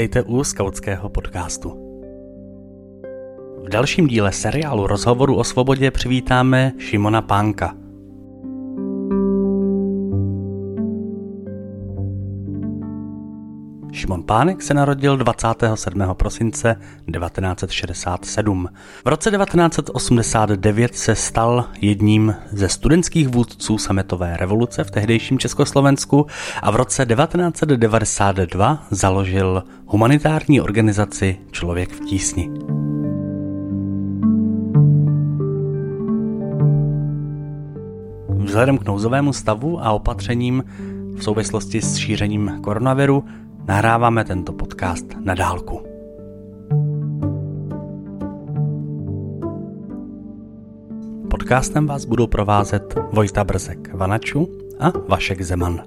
Vítejte u Skautského podcastu. V dalším díle seriálu Rozhovoru o svobodě přivítáme Šimona Pánka. Šimon Pánek se narodil 27. prosince 1967. V roce 1989 se stal jedním ze studentských vůdců sametové revoluce v tehdejším Československu a v roce 1992 založil humanitární organizaci Člověk v tísni. Vzhledem k nouzovému stavu a opatřením v souvislosti s šířením koronaviru nahráváme tento podcast na dálku. Podcastem vás budou provázet Vojta Brzek Vanaču a Vašek Zeman.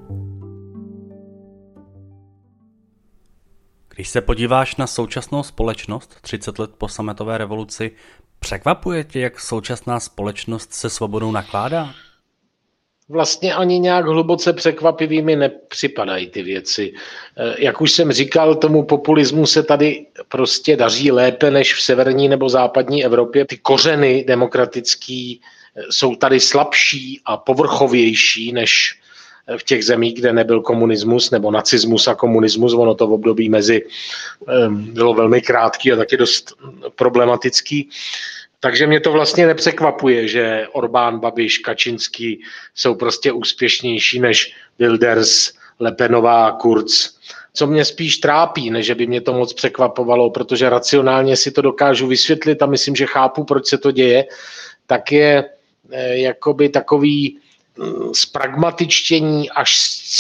Když se podíváš na současnou společnost 30 let po sametové revoluci, překvapuje tě, jak současná společnost se svobodou nakládá? Vlastně ani nějak hluboce překvapivými nepřipadají ty věci. Jak už jsem říkal, tomu populismu se tady prostě daří lépe než v severní nebo západní Evropě. Ty kořeny demokratický jsou tady slabší a povrchovější než v těch zemích, kde nebyl komunismus nebo nacismus a komunismus. Ono to v období mezi bylo velmi krátký a taky dost problematický. Takže mě to vlastně nepřekvapuje, že Orbán, Babiš, Kačinský jsou prostě úspěšnější než Wilders, Le Penová, Kurz. Co mě spíš trápí, než by mě to moc překvapovalo, protože racionálně si to dokážu vysvětlit a myslím, že chápu, proč se to děje, tak je jakoby takový spragmatičtění až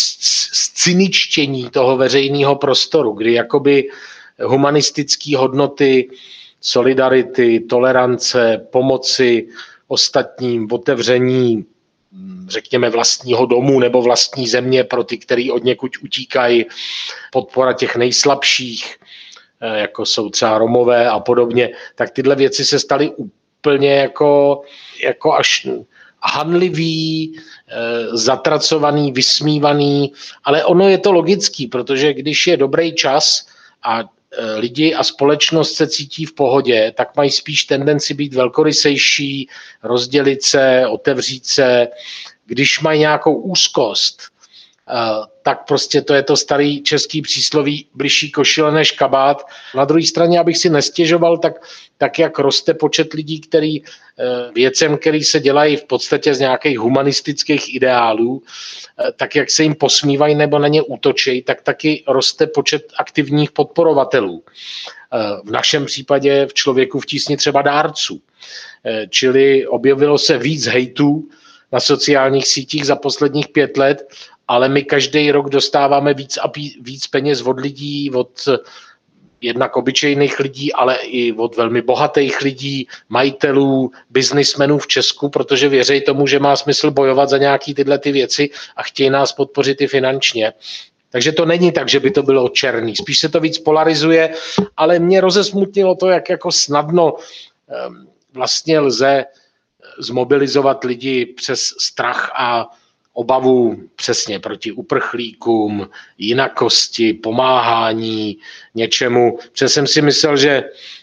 cyničtění toho veřejného prostoru, kdy jakoby humanistické hodnoty, solidarity, tolerance, pomoci ostatním, otevření, řekněme, vlastního domu nebo vlastní země pro ty, kteří odněkud utíkají, podpora těch nejslabších, jako jsou třeba Romové a podobně, tak tyhle věci se staly úplně jako až hanlivý, zatracovaný, vysmívaný, ale ono je to logický, protože když je dobrý čas a lidi a společnost se cítí v pohodě, tak mají spíš tendenci být velkorysejší, rozdělit se, otevřít se. Když mají nějakou úzkost, tak prostě to je to starý český přísloví bližší košile než kabát. Na druhé straně, abych si nestěžoval, tak jak roste počet lidí, který věcem, který se dělají v podstatě z nějakých humanistických ideálů, tak jak se jim posmívají nebo na ně útočí, tak taky roste počet aktivních podporovatelů. V našem případě v Člověku v tísni třeba dárců. Čili objevilo se víc hejtů na sociálních sítích za posledních 5 let, ale my každý rok dostáváme víc peněz od lidí, od jednak obyčejných lidí, ale i od velmi bohatých lidí, majitelů, biznismenů v Česku, protože věří tomu, že má smysl bojovat za nějaký tyhle ty věci a chtějí nás podpořit i finančně. Takže to není tak, že by to bylo černý. Spíš se to víc polarizuje, ale mě rozesmutnilo to, jak jako snadno vlastně lze zmobilizovat lidi přes strach a obavu přesně proti uprchlíkům, jinakosti, pomáhání něčemu. Protože jsem si myslel, že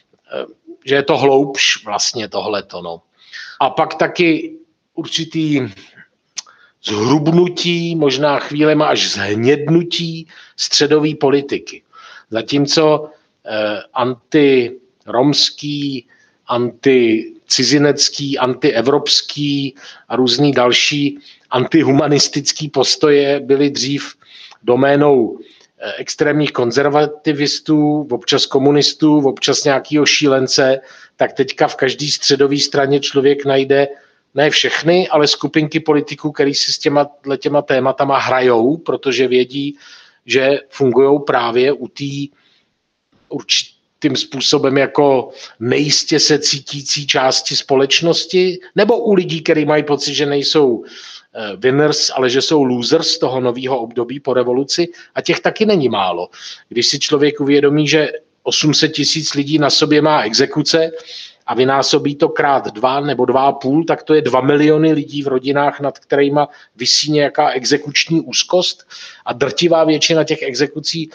je to hloubš vlastně tohleto. No. A pak taky určitý zhrubnutí, možná chvílema až zhnědnutí středové politiky. Zatímco antiromský, anticizinecký, antievropský a různý další antihumanistický postoje byly dřív doménou extrémních konzervativistů, občas komunistů, občas nějakého šílence, tak teďka v každé středové straně člověk najde ne všechny, ale skupinky politiků, který si s těma tématama hrajou, protože vědí, že fungují právě u té určitým způsobem jako nejistě se cítící části společnosti, nebo u lidí, kteří mají pocit, že nejsou winners, ale že jsou losers toho nového období po revoluci, a těch taky není málo. Když si člověk uvědomí, že 800 000 lidí na sobě má exekuce a vynásobí to krát 2 nebo 2,5, tak to je 2 miliony lidí v rodinách, nad kterýma visí nějaká exekuční úzkost, a drtivá většina těch exekucí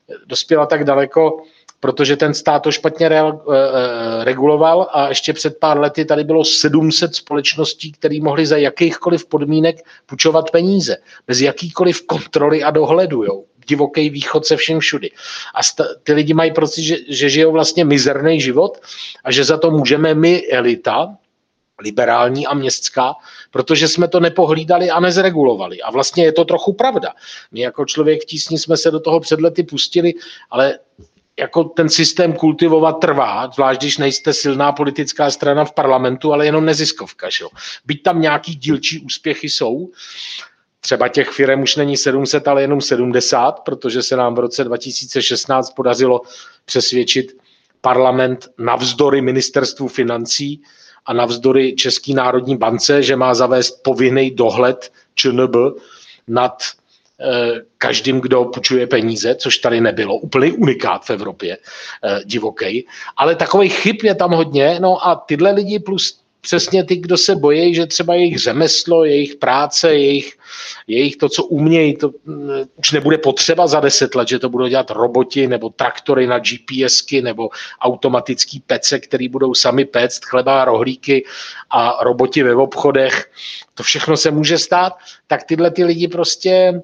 dospěla tak daleko, protože ten stát to špatně reguloval a ještě před pár lety tady bylo 700 společností, které mohly za jakýchkoliv podmínek půjčovat peníze, bez jakýkoliv kontroly a dohledu, jo. Divoký východ se všem všudy. A ty lidi mají pocit, že žijou vlastně mizerný život a že za to můžeme my, elita, liberální a městská, protože jsme to nepohlídali a nezregulovali. A vlastně je to trochu pravda. My jako Člověk v tísni jsme se do toho před lety pustili, ale jako ten systém kultivovat trvá, zvlášť když nejste silná politická strana v parlamentu, ale jenom neziskovka. Že? Byť tam nějaký dílčí úspěchy jsou, třeba těch firem už není 700, ale jenom 70, protože se nám v roce 2016 podařilo přesvědčit parlament navzdory ministerstvu financí a navzdory České národní bance, že má zavést povinný dohled ČNB nad každým, kdo půjčuje peníze, což tady nebylo. Úplný unikát v Evropě, divokej. Ale takových chyb je tam hodně, no a tyhle lidi plus přesně ty, kdo se bojí, že třeba jejich řemeslo, jejich práce, jejich to, co umějí, to už nebude potřeba za 10 let, že to budou dělat roboti nebo traktory na GPSky nebo automatický pece, který budou sami péct chleba a rohlíky a roboti ve obchodech. To všechno se může stát, tak tyhle ty lidi prostě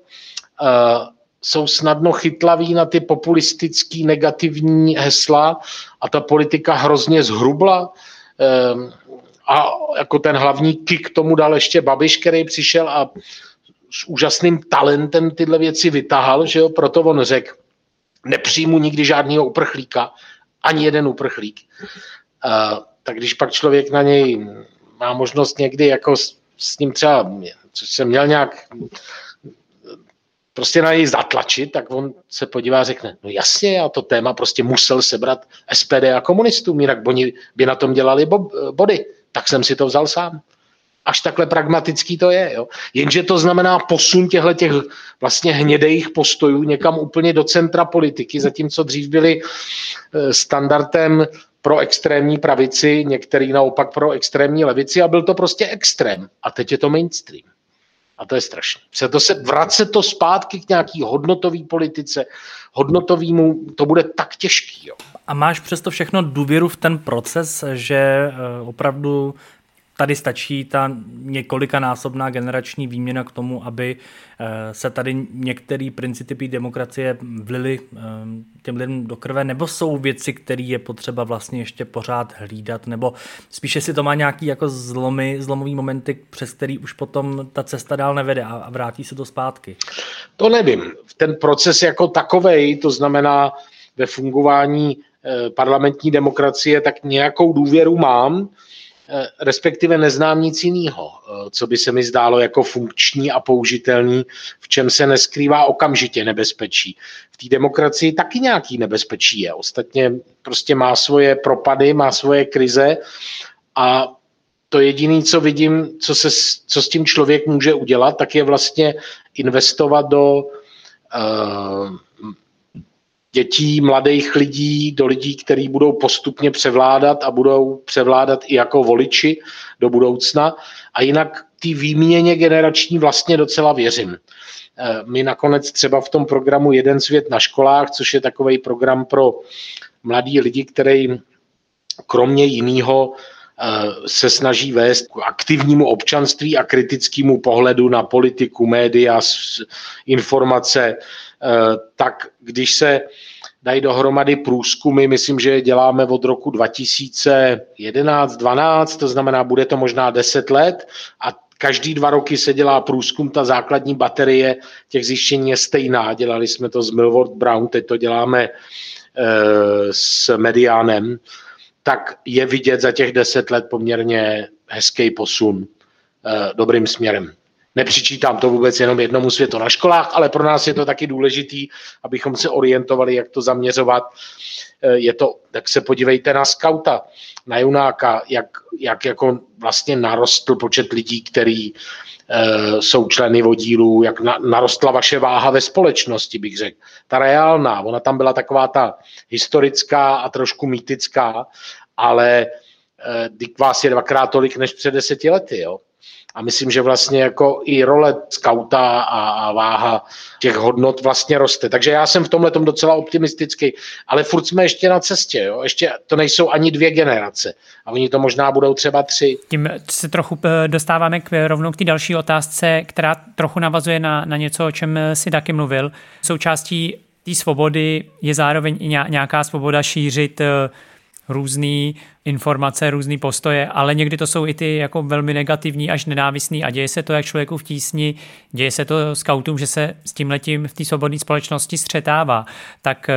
jsou snadno chytlaví na ty populistický negativní hesla a ta politika hrozně zhrubla. A jako ten hlavní kick tomu dal ještě Babiš, který přišel a s úžasným talentem tyhle věci vytahal, že jo, proto on řekl, nepřijmu nikdy žádného uprchlíka, ani jeden uprchlík. Tak když pak člověk na něj má možnost někdy jako s ním třeba, což jsem měl nějak prostě na něj zatlačit, tak on se podívá a řekne, no jasně, já to téma prostě musel sebrat SPD a komunistům, jinak oni by na tom dělali body. Tak jsem si to vzal sám. Až takhle pragmatický to je. Jo? Jenže to znamená posun těch vlastně hnědejch postojů někam úplně do centra politiky, zatímco dřív byli standardem pro extrémní pravici, některý naopak pro extrémní levici a byl to prostě extrém. A teď je to mainstream. A to je strašné. Vracet to zpátky k nějaký hodnotový politice, hodnotovýmu, to bude tak těžký. Jo. A máš přesto všechno důvěru v ten proces, že opravdu tady stačí ta několikanásobná generační výměna k tomu, aby se tady některé principy demokracie vlily těm lidem do krve, nebo jsou věci, které je potřeba vlastně ještě pořád hlídat, nebo spíše si to má nějaký jako zlomový momenty, přes který už potom ta cesta dál nevede a vrátí se to zpátky? To nevím. Ten proces jako takovej, to znamená ve fungování parlamentní demokracie, tak nějakou důvěru mám, respektive neznám nic jiného, co by se mi zdálo jako funkční a použitelný, v čem se neskrývá okamžitě nebezpečí. V té demokracii taky nějaký nebezpečí je. Ostatně prostě má svoje propady, má svoje krize a to jediné, co vidím, co s tím člověk může udělat, tak je vlastně investovat do dětí, mladých lidí, do lidí, kteří budou postupně převládat a budou převládat i jako voliči do budoucna. A jinak té výměně generační vlastně docela věřím. My nakonec třeba v tom programu Jeden svět na školách, což je takový program pro mladý lidi, který kromě jiného se snaží vést k aktivnímu občanství a kritickému pohledu na politiku, média, informace, tak když se dají dohromady průzkumy, myslím, že je děláme od roku 2011-12, to znamená, bude to možná 10 let a každý 2 roky se dělá průzkum, ta základní baterie těch zjištění je stejná. Dělali jsme to s Millward Brown, teď to děláme s Medianem, tak je vidět za těch 10 let poměrně hezký posun dobrým směrem. Nepřičítám to vůbec jenom jednomu světu na školách, ale pro nás je to taky důležitý, abychom se orientovali, jak to zaměřovat. Je to, tak se podívejte na skauta, na junáka, jak jako vlastně narostl počet lidí, který jsou členy oddílů, jak narostla vaše váha ve společnosti, bych řekl. Ta reálná, ona tam byla taková ta historická a trošku mýtická, ale vás je 2krát tolik než před 10 lety, jo. A myslím, že vlastně jako i role skauta a váha těch hodnot vlastně roste. Takže já jsem v tomhletom docela optimistický, ale furt jsme ještě na cestě. Jo? Ještě to nejsou ani 2 generace. A oni to možná budou třeba 3. Tím se trochu dostáváme rovnou k té další otázce, která trochu navazuje na něco, o čem si taky mluvil. Součástí té svobody je zároveň i nějaká svoboda šířit různé informace, různé postoje, ale někdy to jsou i ty jako velmi negativní až nenávistný a děje se to jak člověku v tísni, děje se to skautům, že se s tímhletím v té svobodné společnosti střetává. Tak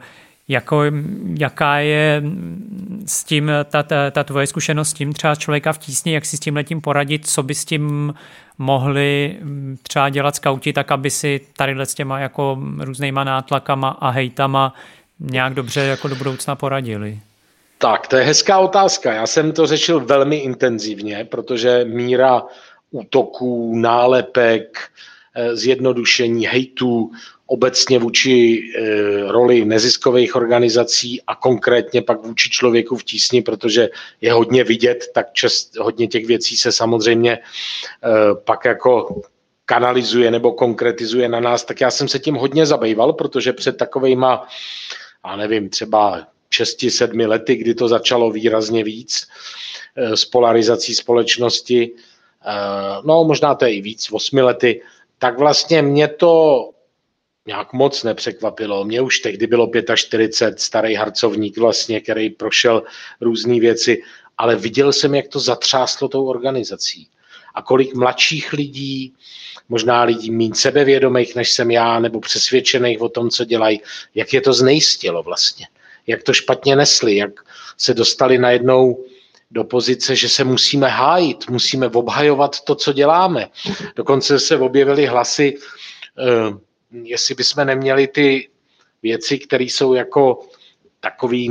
jaká je s tím ta tvoje zkušenost s tím třeba člověka v tísni, jak si s tímhletím poradit, co by s tím mohli třeba dělat skauti, tak aby si tadyhle s těma jako různýma nátlakama a hejtama nějak dobře jako do budoucna poradili? Tak, to je hezká otázka. Já jsem to řešil velmi intenzivně, protože míra útoků, nálepek, zjednodušení, hejtů obecně vůči roli neziskových organizací a konkrétně pak vůči člověku v tísni, protože je hodně vidět, tak hodně těch věcí se samozřejmě pak jako kanalizuje nebo konkretizuje na nás, tak já jsem se tím hodně zabýval, protože před takovejma, já nevím, třeba 6-7 lety, kdy to začalo výrazně víc s polarizací společnosti, no možná to je i víc, 8 lety, tak vlastně mě to nějak moc nepřekvapilo. Mně už tehdy bylo 45, starý harcovník vlastně, který prošel různé věci, ale viděl jsem, jak to zatřáslo tou organizací. A kolik mladších lidí, možná lidí méně sebevědomých, než jsem já, nebo přesvědčených o tom, co dělají, jak je to znejistilo vlastně. Jak to špatně nesli, jak se dostali najednou do pozice, že se musíme hájit, musíme obhajovat to, co děláme. Dokonce se objevily hlasy, jestli bychom neměli ty věci, které jsou jako takový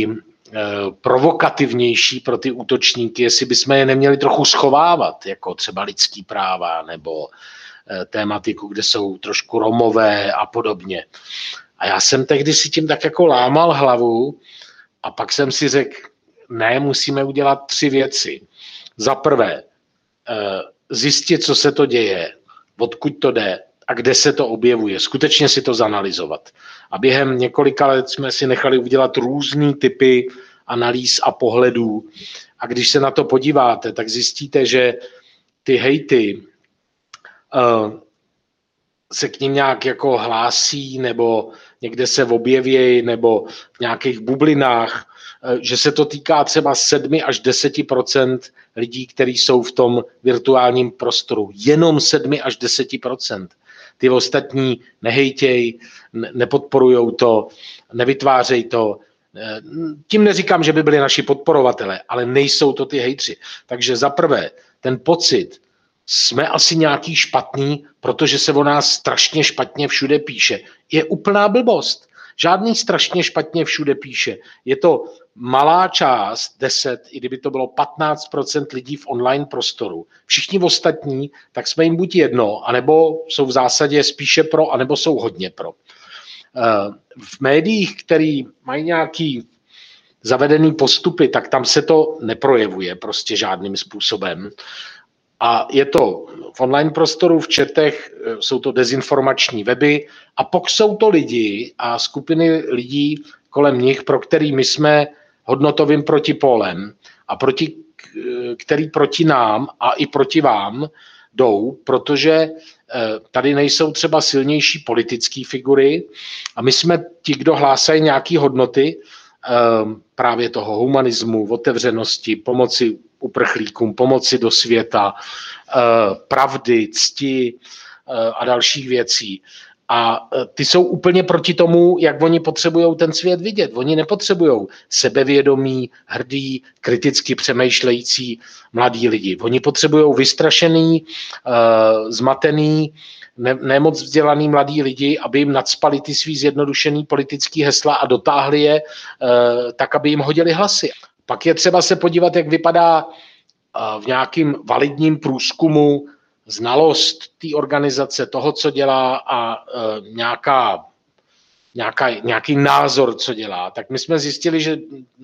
nejprovokativnější pro ty útočníky, jestli bychom je neměli trochu schovávat, jako třeba lidský práva nebo tématiku, kde jsou trošku Romové a podobně. A já jsem tehdy si tím tak jako lámal hlavu a pak jsem si řekl, ne, musíme udělat 3 věci. Za prvé, zjistit, co se to děje, odkud to jde a kde se to objevuje. Skutečně si to zanalyzovat. A během několika let jsme si nechali udělat různý typy analýz a pohledů. A když se na to podíváte, tak zjistíte, že ty hejty se k ním nějak jako hlásí nebo někde se objevějí nebo v nějakých bublinách, že se to týká třeba 7 až 10% lidí, kteří jsou v tom virtuálním prostoru. Jenom 7 až 10%. Ty ostatní nehejtěj, nepodporujou to, nevytvářejí to. Tím neříkám, že by byli naši podporovatelé, ale nejsou to ty hejtři. Takže za prvé, ten pocit, jsme asi nějaký špatný, protože se o nás strašně špatně všude píše. Je úplná blbost. Žádný strašně špatně všude píše. Je to malá část, 10, i kdyby to bylo 15% lidí v online prostoru. Všichni ostatní, tak jsme jim buď jedno, anebo jsou v zásadě spíše pro, anebo jsou hodně pro. V médiích, který mají nějaký zavedený postupy, tak tam se to neprojevuje prostě žádným způsobem. A je to v online prostoru, v chatech, jsou to dezinformační weby a pak jsou to lidi a skupiny lidí kolem nich, pro který my jsme hodnotovým protipólem a který proti nám a i proti vám jdou, protože tady nejsou třeba silnější politické figury a my jsme ti, kdo hlásají nějaké hodnoty právě toho humanismu, otevřenosti, pomoci uprchlíkům, pomoci do světa, pravdy, cti a dalších věcí. A ty jsou úplně proti tomu, jak oni potřebují ten svět vidět. Oni nepotřebují sebevědomí, hrdý, kriticky přemýšlející mladí lidi. Oni potřebují vystrašený, zmatený, nemoc vzdělaný mladí lidi, aby jim nacpali ty svý zjednodušený politický hesla a dotáhli je tak, aby jim hodili hlasy. Pak je třeba se podívat, jak vypadá v nějakým validním průzkumu znalost té organizace, toho, co dělá a nějaký názor, co dělá. Tak my jsme zjistili, že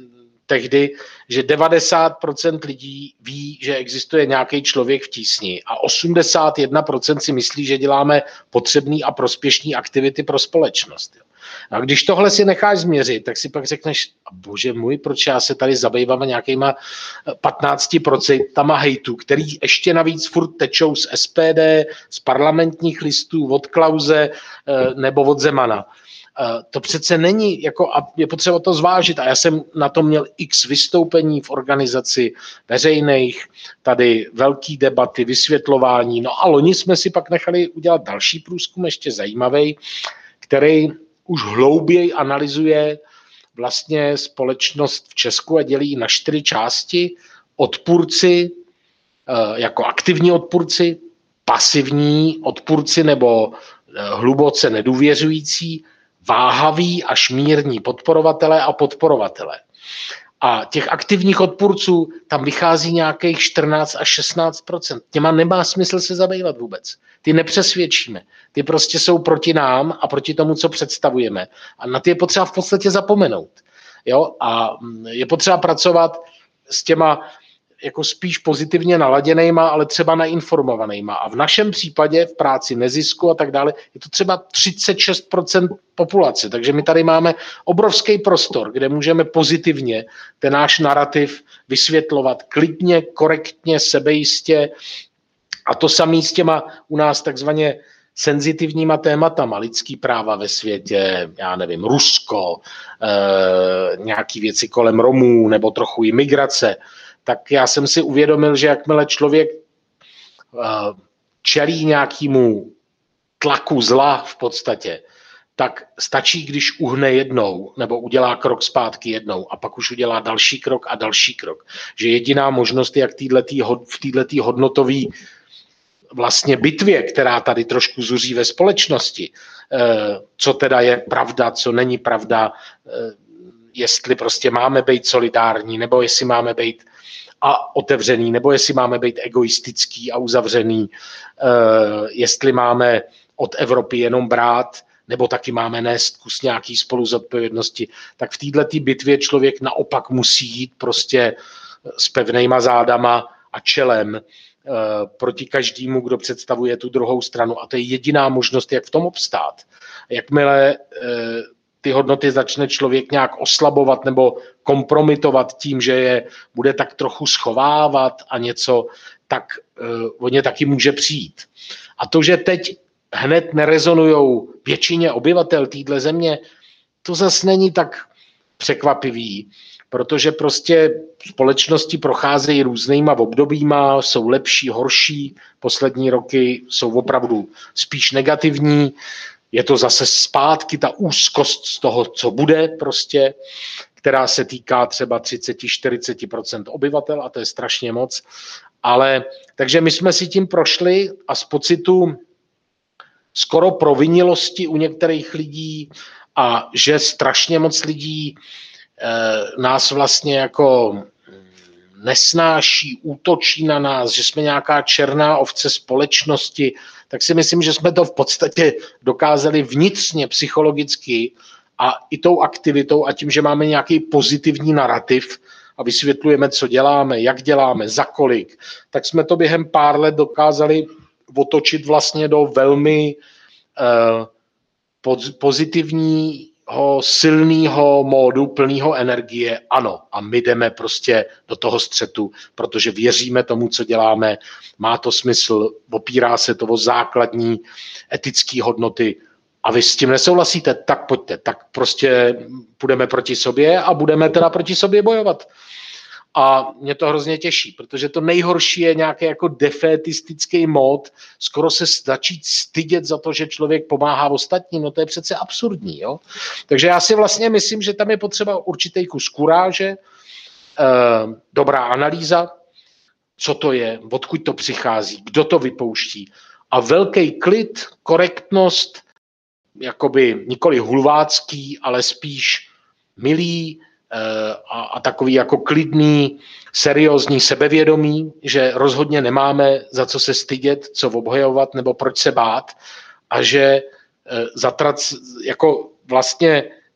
tehdy, že 90% lidí ví, že existuje nějaký člověk v tísni a 81% si myslí, že děláme potřebný a prospěšný aktivity pro společnost. A když tohle si necháš změřit, tak si pak řekneš, bože můj, proč já se tady zabývám nějakýma 15% hejtu, který ještě navíc furt tečou z SPD, z parlamentních listů, od Klause nebo od Zemana. To přece není, jako, a je potřeba to zvážit. A já jsem na to měl x vystoupení v organizaci veřejných, tady velký debaty, vysvětlování. No a loni jsme si pak nechali udělat další průzkum, ještě zajímavý, který už hlouběji analyzuje vlastně společnost v Česku a dělí na 4 části. Odpůrci, jako aktivní odpůrci, pasivní odpůrci nebo hluboce nedůvěřující, váhaví až mírní podporovatelé a podporovatelé. A těch aktivních odpůrců tam vychází nějakých 14 až 16%. Těma nemá smysl se zabývat vůbec. Ty nepřesvědčíme. Ty prostě jsou proti nám a proti tomu, co představujeme. A na ty je potřeba v podstatě zapomenout. Jo? A je potřeba pracovat s těma jako spíš pozitivně naladěnejma, ale třeba nainformovanejma. A v našem případě v práci nezisku a tak dále je to třeba 36% populace. Takže my tady máme obrovský prostor, kde můžeme pozitivně ten náš narrativ vysvětlovat klidně, korektně, sebejistě. A to samé s těma u nás takzvaně senzitivníma tématama, lidský práva ve světě, já nevím, Rusko, nějaký věci kolem Romů nebo trochu imigrace, tak já jsem si uvědomil, že jakmile člověk čelí nějakému tlaku zla v podstatě, tak stačí, když uhne jednou nebo udělá krok zpátky jednou a pak už udělá další krok a další krok. Že jediná možnost, jak v této hodnotové vlastně bitvě, která tady trošku zuří ve společnosti, co teda je pravda, co není pravda, jestli prostě máme být solidární, nebo jestli máme být a otevřený, nebo jestli máme být egoistický a uzavřený, jestli máme od Evropy jenom brát, nebo taky máme nést kus nějaký spoluzodpovědnosti, tak v této bitvě člověk naopak musí jít prostě s pevnejma zádama a čelem proti každému, kdo představuje tu druhou stranu. A to je jediná možnost, jak v tom obstát. Jakmile ty hodnoty začne člověk nějak oslabovat nebo kompromitovat tím, že je bude tak trochu schovávat a něco, tak o ně taky může přijít. A to, že teď hned nerezonujou většině obyvatel téhle země, to zase není tak překvapivý, protože prostě společnosti procházejí různýma obdobíma, jsou lepší, horší, poslední roky jsou opravdu spíš negativní, je to zase zpátky ta úzkost z toho, co bude prostě, která se týká třeba 30-40% obyvatel a to je strašně moc. Ale takže my jsme si tím prošli a z pocitu skoro provinilosti u některých lidí a že strašně moc lidí nás vlastně jako nesnáší, útočí na nás, že jsme nějaká černá ovce společnosti, tak si myslím, že jsme to v podstatě dokázali vnitřně, psychologicky a i tou aktivitou a tím, že máme nějaký pozitivní narrativ a vysvětlujeme, co děláme, jak děláme, za kolik, tak jsme to během pár let dokázali otočit vlastně do velmi pozitivního, silného módu, plného energie. Ano, a my jdeme prostě do toho střetu, protože věříme tomu, co děláme, má to smysl, opírá se to o základní etické hodnoty a vy s tím nesouhlasíte, tak pojďte, tak prostě půjdeme proti sobě a budeme teda proti sobě bojovat. A mě to hrozně těší, protože to nejhorší je nějaký jako defétistický mód, skoro se začít stydět za to, že člověk pomáhá ostatním, no to je přece absurdní. Jo? Takže já si vlastně myslím, že tam je potřeba určitý kus kuráže, dobrá analýza, co to je, odkud to přichází, kdo to vypouští a velký klid, korektnost, jakoby nikoli hulvácký, ale spíš milý, a takový jako klidný, seriózní sebevědomí, že rozhodně nemáme za co se stydět, co obhajovat nebo proč se bát a že jako vlastně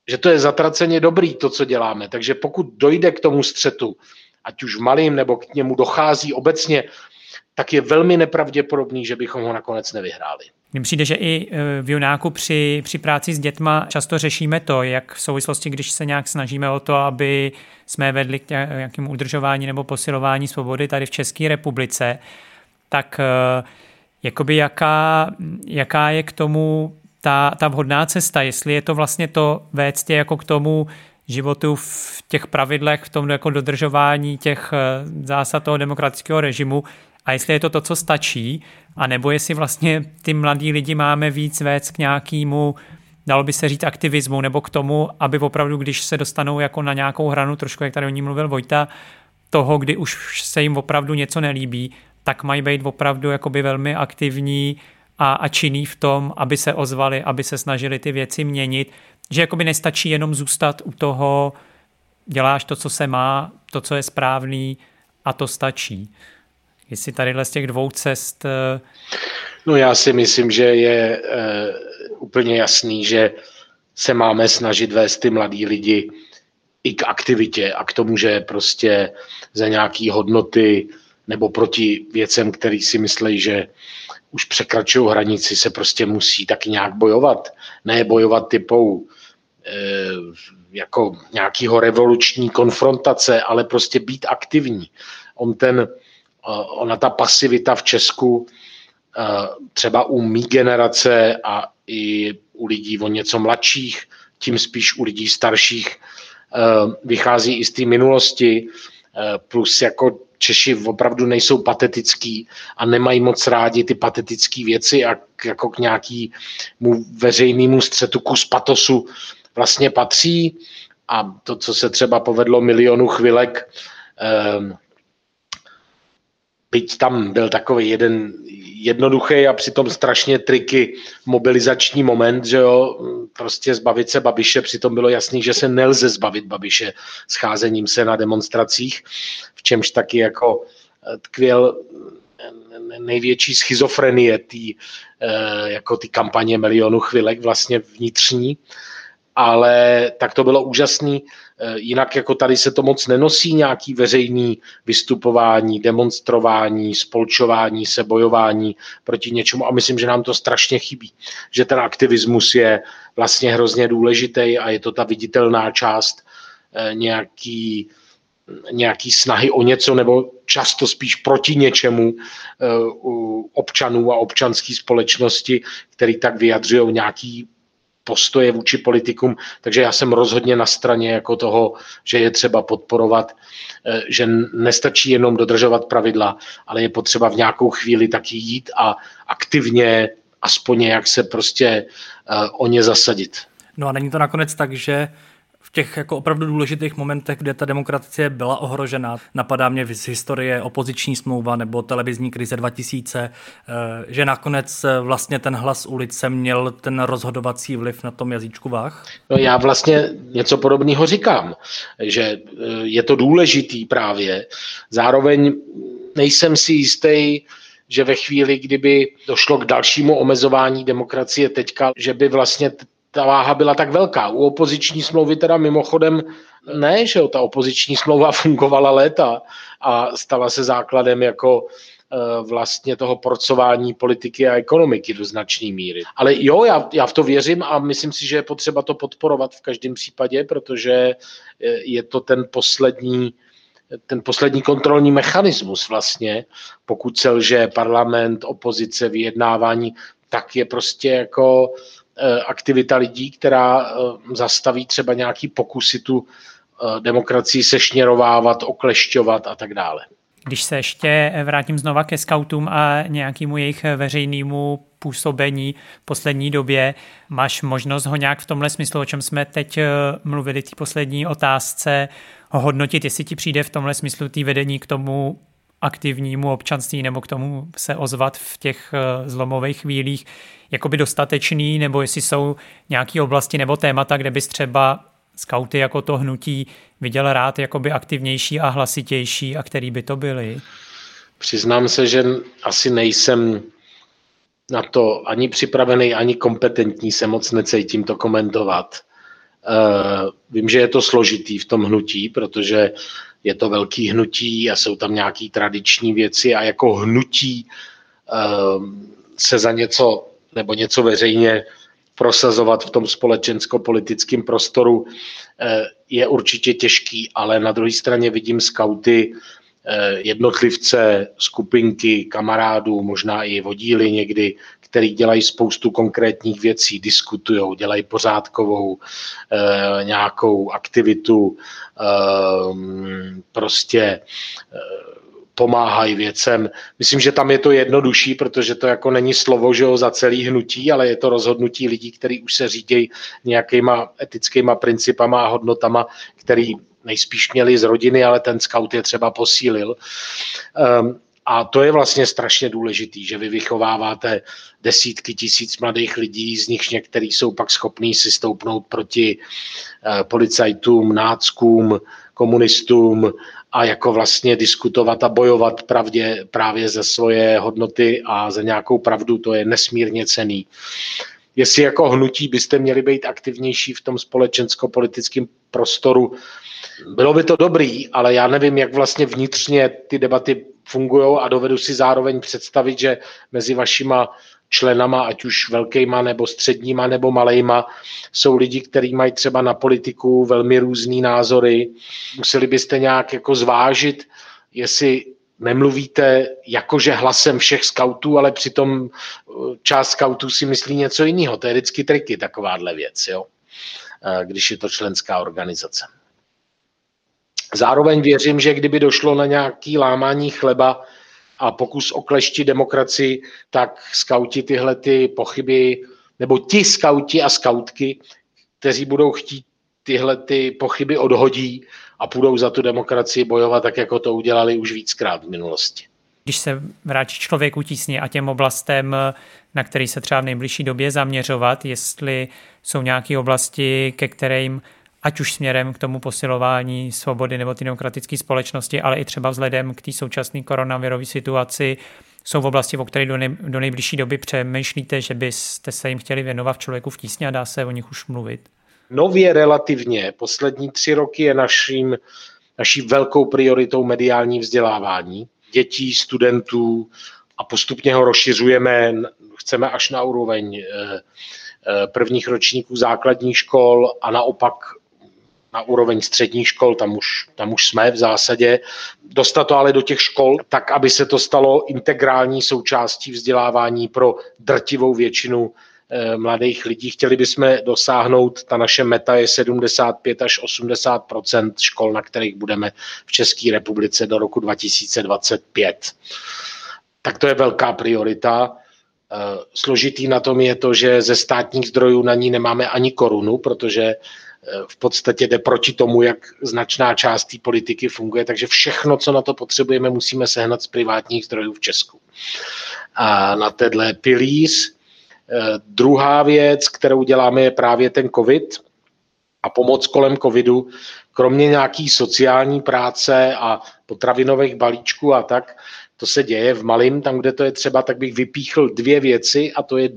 že to je zatraceně dobrý, to, co děláme. Takže pokud dojde k tomu střetu, ať už v malým, nebo k němu dochází obecně, tak je velmi nepravděpodobný, že bychom ho nakonec nevyhráli. Mně přijde, že i v Junáku při práci s dětma často řešíme to, jak v souvislosti, když se nějak snažíme o to, aby jsme vedli k nějakému udržování nebo posilování svobody tady v České republice, tak jakoby jaká je k tomu ta vhodná cesta, jestli je to vlastně to vést je jako k tomu životu v těch pravidlech, v tom jako dodržování těch zásad toho demokratického režimu, a jestli je to, co stačí, anebo jestli vlastně ty mladí lidi máme víc vést k nějakému, dalo by se říct, aktivismu, nebo k tomu, aby opravdu, když se dostanou jako na nějakou hranu, trošku jak tady o ní mluvil Vojta, toho, kdy už se jim opravdu něco nelíbí, tak mají být opravdu jakoby velmi aktivní a činný v tom, aby se ozvali, aby se snažili ty věci měnit, že jakoby nestačí jenom zůstat u toho, děláš to, co se má, to, co je správný, a to stačí. Jestli tadyhle z těch dvou cest... No já si myslím, že je úplně jasný, že se máme snažit vést ty mladí lidi i k aktivitě a k tomu, že prostě za nějaký hodnoty nebo proti věcem, který si myslí, že už překračují hranici, se prostě musí taky nějak bojovat. Ne bojovat typou jako nějakého revoluční konfrontace, ale prostě být aktivní. Ona ta pasivita v Česku třeba u mý generace a i u lidí o něco mladších, tím spíš u lidí starších, vychází i z té minulosti, plus jako Češi opravdu nejsou patetický a nemají moc rádi ty patetické věci a jako k nějakému veřejnému střetu kus patosu vlastně patří. A to, co se třeba povedlo Milionu chvilek, byť tam byl takový jeden jednoduchý a přitom strašně triky mobilizační moment, že jo, prostě zbavit se Babiše, přitom bylo jasný, že se nelze zbavit Babiše scházením se na demonstracích, v čemž taky jako tkvěl největší schizofrenie jako ty kampaně Milionu chvilek vlastně vnitřní, ale tak to bylo úžasný. Jinak jako tady se to moc nenosí, nějaký veřejný vystupování, demonstrování, spolčování se, bojování proti něčemu, a myslím, že nám to strašně chybí. Že ten aktivismus je vlastně hrozně důležitý a je to ta viditelná část nějaký snahy o něco, nebo často spíš proti něčemu u občanů a občanské společnosti, který tak vyjadřují nějaký postoje vůči politikům, takže já jsem rozhodně na straně jako toho, že je třeba podporovat, že nestačí jenom dodržovat pravidla, ale je potřeba v nějakou chvíli taky jít a aktivně aspoň jak se prostě o ně zasadit. No a není to nakonec tak, že v těch jako opravdu důležitých momentech, kde ta demokracie byla ohrožena, napadá mě z historie opoziční smlouva nebo televizní krize 2000, že nakonec vlastně ten hlas ulice měl ten rozhodovací vliv na tom jazyčku váh? No já vlastně něco podobného říkám, že je to důležitý právě. Zároveň nejsem si jistý, že ve chvíli, kdyby došlo k dalšímu omezování demokracie teďka, že by vlastně ta váha byla tak velká. U opoziční smlouvy teda mimochodem ne, že jo, ta opoziční smlouva fungovala léta a stala se základem jako vlastně toho porcování politiky a ekonomiky do značné míry. Ale jo, já v to věřím a myslím si, že je potřeba to podporovat v každém případě, protože je to ten poslední kontrolní mechanismus vlastně, pokud selže parlament, opozice, vyjednávání, tak je prostě jako aktivita lidí, která zastaví třeba nějaký pokusy tu demokracii sešněrovávat, oklešťovat a tak dále. Když se ještě vrátím znova ke skautům a nějakému jejich veřejnému působení v poslední době, máš možnost ho nějak v tomhle smyslu, o čem jsme teď mluvili v té poslední otázce, ho hodnotit, jestli ti přijde v tomhle smyslu tý vedení k tomu aktivnímu občanství nebo k tomu se ozvat v těch zlomových chvílích jakoby dostatečný, nebo jestli jsou nějaké oblasti nebo témata, kde bys třeba skauty jako to hnutí viděl rád jakoby aktivnější a hlasitější, a který by to byly? Přiznám se, že asi nejsem na to ani připravený, ani kompetentní, se moc necítím to komentovat. Vím, že je to složitý v tom hnutí, protože je to velký hnutí a jsou tam nějaké tradiční věci a jako hnutí se za něco nebo něco veřejně prosazovat v tom společensko-politickém prostoru je určitě těžký, ale na druhé straně vidím skauty, jednotlivce, skupinky, kamarádů, možná i vodíly někdy, který dělají spoustu konkrétních věcí, diskutujou, dělají pořádkovou nějakou aktivitu, prostě pomáhají věcem. Myslím, že tam je to jednodušší, protože to jako není slovo, že jo, za celý hnutí, ale je to rozhodnutí lidí, kteří už se řídějí nějakýma etickýma principama a hodnotama, který nejspíš měli z rodiny, ale ten scout je třeba posílil. A to je vlastně strašně důležitý, že vy vychováváte desítky tisíc mladých lidí, z nich některý jsou pak schopní si stoupnout proti policajtům, náckům, komunistům a jako vlastně diskutovat a bojovat právě za svoje hodnoty a za nějakou pravdu, to je nesmírně cenný. Jestli jako hnutí byste měli být aktivnější v tom společensko-politickém prostoru, bylo by to dobrý, ale já nevím, jak vlastně vnitřně ty debaty fungují a dovedu si zároveň představit, že mezi vašima členama, ať už velkýma nebo středníma nebo malejma, jsou lidi, kteří mají třeba na politiku velmi různý názory. Museli byste nějak jako zvážit, jestli nemluvíte jakože hlasem všech skautů, ale přitom část skautů si myslí něco jiného. To je vždycky triky, takováhle věc, jo? Když je to členská organizace. Zároveň věřím, že kdyby došlo na nějaké lámání chleba a pokus okleštit demokracii, tak skauti tyhle ty pochyby, nebo ti skauti a skautky, kteří budou chtít tyhle ty pochyby odhodí a půjdou za tu demokracii bojovat, tak jako to udělali už víckrát v minulosti. Když se vrátí člověku tísně a těm oblastem, na který se třeba v nejbližší době zaměřovat, jestli jsou nějaké oblasti, ke kterým ať už směrem k tomu posilování svobody nebo ty demokratické společnosti, ale i třeba vzhledem k té současné koronavirové situaci, jsou v oblasti, o které do nejbližší doby přemýšlíte, že byste se jim chtěli věnovat člověku v tísni a dá se o nich už mluvit? Nově relativně. Poslední 3 roky je naší velkou prioritou mediální vzdělávání dětí, studentů a postupně ho rozšiřujeme, chceme až na úroveň prvních ročníků základních škol a naopak na úroveň středních škol, tam už jsme v zásadě. Dostat to ale do těch škol, tak aby se to stalo integrální součástí vzdělávání pro drtivou většinu mladých lidí. Chtěli bychom dosáhnout, ta naše meta je 75 až 80% škol, na kterých budeme v České republice do roku 2025. Tak to je velká priorita. Složitý na tom je to, že ze státních zdrojů na ní nemáme ani korunu, protože v podstatě jde proti tomu, jak značná část té politiky funguje, takže všechno, co na to potřebujeme, musíme sehnat z privátních zdrojů v Česku. A na téhle pilíř. Druhá věc, kterou děláme, je právě ten COVID a pomoc kolem covidu. Kromě nějaký sociální práce a potravinových balíčků a tak, to se děje v malém, tam, kde to je třeba, tak bych vypíchl 2 věci a to je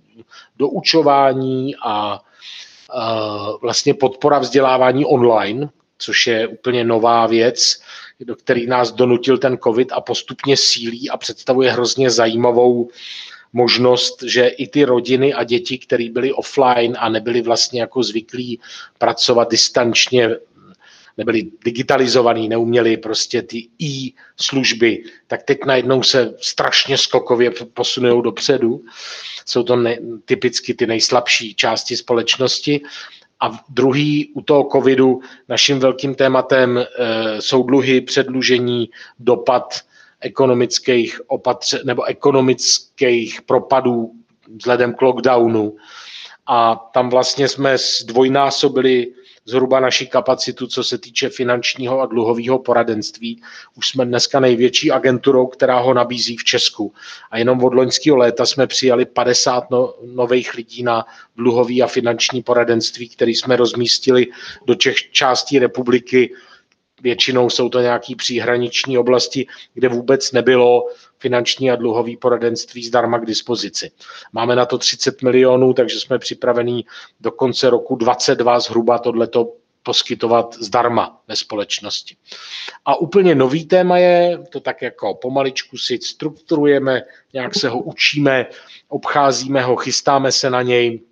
doučování a vlastně podpora vzdělávání online, což je úplně nová věc, do který nás donutil ten COVID a postupně sílí a představuje hrozně zajímavou možnost, že i ty rodiny a děti, které byly offline a nebyly vlastně jako zvyklí pracovat distančně, nebyli digitalizovaný, neuměli prostě ty služby, tak teď najednou se strašně skokově posunou dopředu. Jsou to typicky ty nejslabší části společnosti. A druhý u toho covidu naším velkým tématem jsou dluhy, předlužení, dopad ekonomických nebo ekonomických propadů vzhledem k lockdownu. A tam vlastně jsme zdvojnásobili zhruba naši kapacitu, co se týče finančního a dluhového poradenství. Už jsme dneska největší agenturou, která ho nabízí v Česku. A jenom od loňského léta jsme přijali 50 nových lidí na dluhový a finanční poradenství, který jsme rozmístili do těch částí republiky, Většinou jsou to nějaké příhraniční oblasti, kde vůbec nebylo finanční a dluhový poradenství zdarma k dispozici. Máme na to 30 milionů, takže jsme připravení do konce roku 2022 zhruba tohleto poskytovat zdarma ve společnosti. A úplně nový téma je, to tak jako pomaličku si strukturujeme, nějak se ho učíme, obcházíme ho, chystáme se na něj.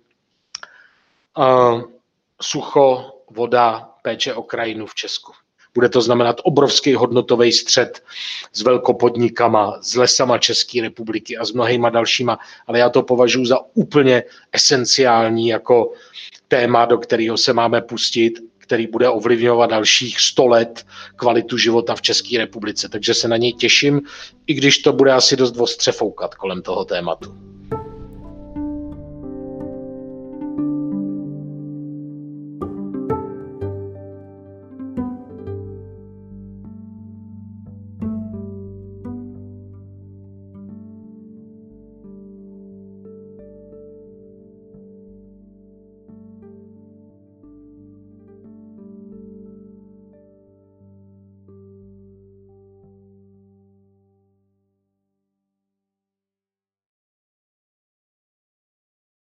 Sucho, voda, péče o krajinu v Česku. Bude to znamenat obrovský hodnotový střet s velkopodnikama, s lesama České republiky a s mnohýma dalšíma, ale já to považuji za úplně esenciální jako téma, do kterého se máme pustit, který bude ovlivňovat dalších 100 let kvalitu života v České republice. Takže se na něj těším, i když to bude asi dost ostře foukat kolem toho tématu.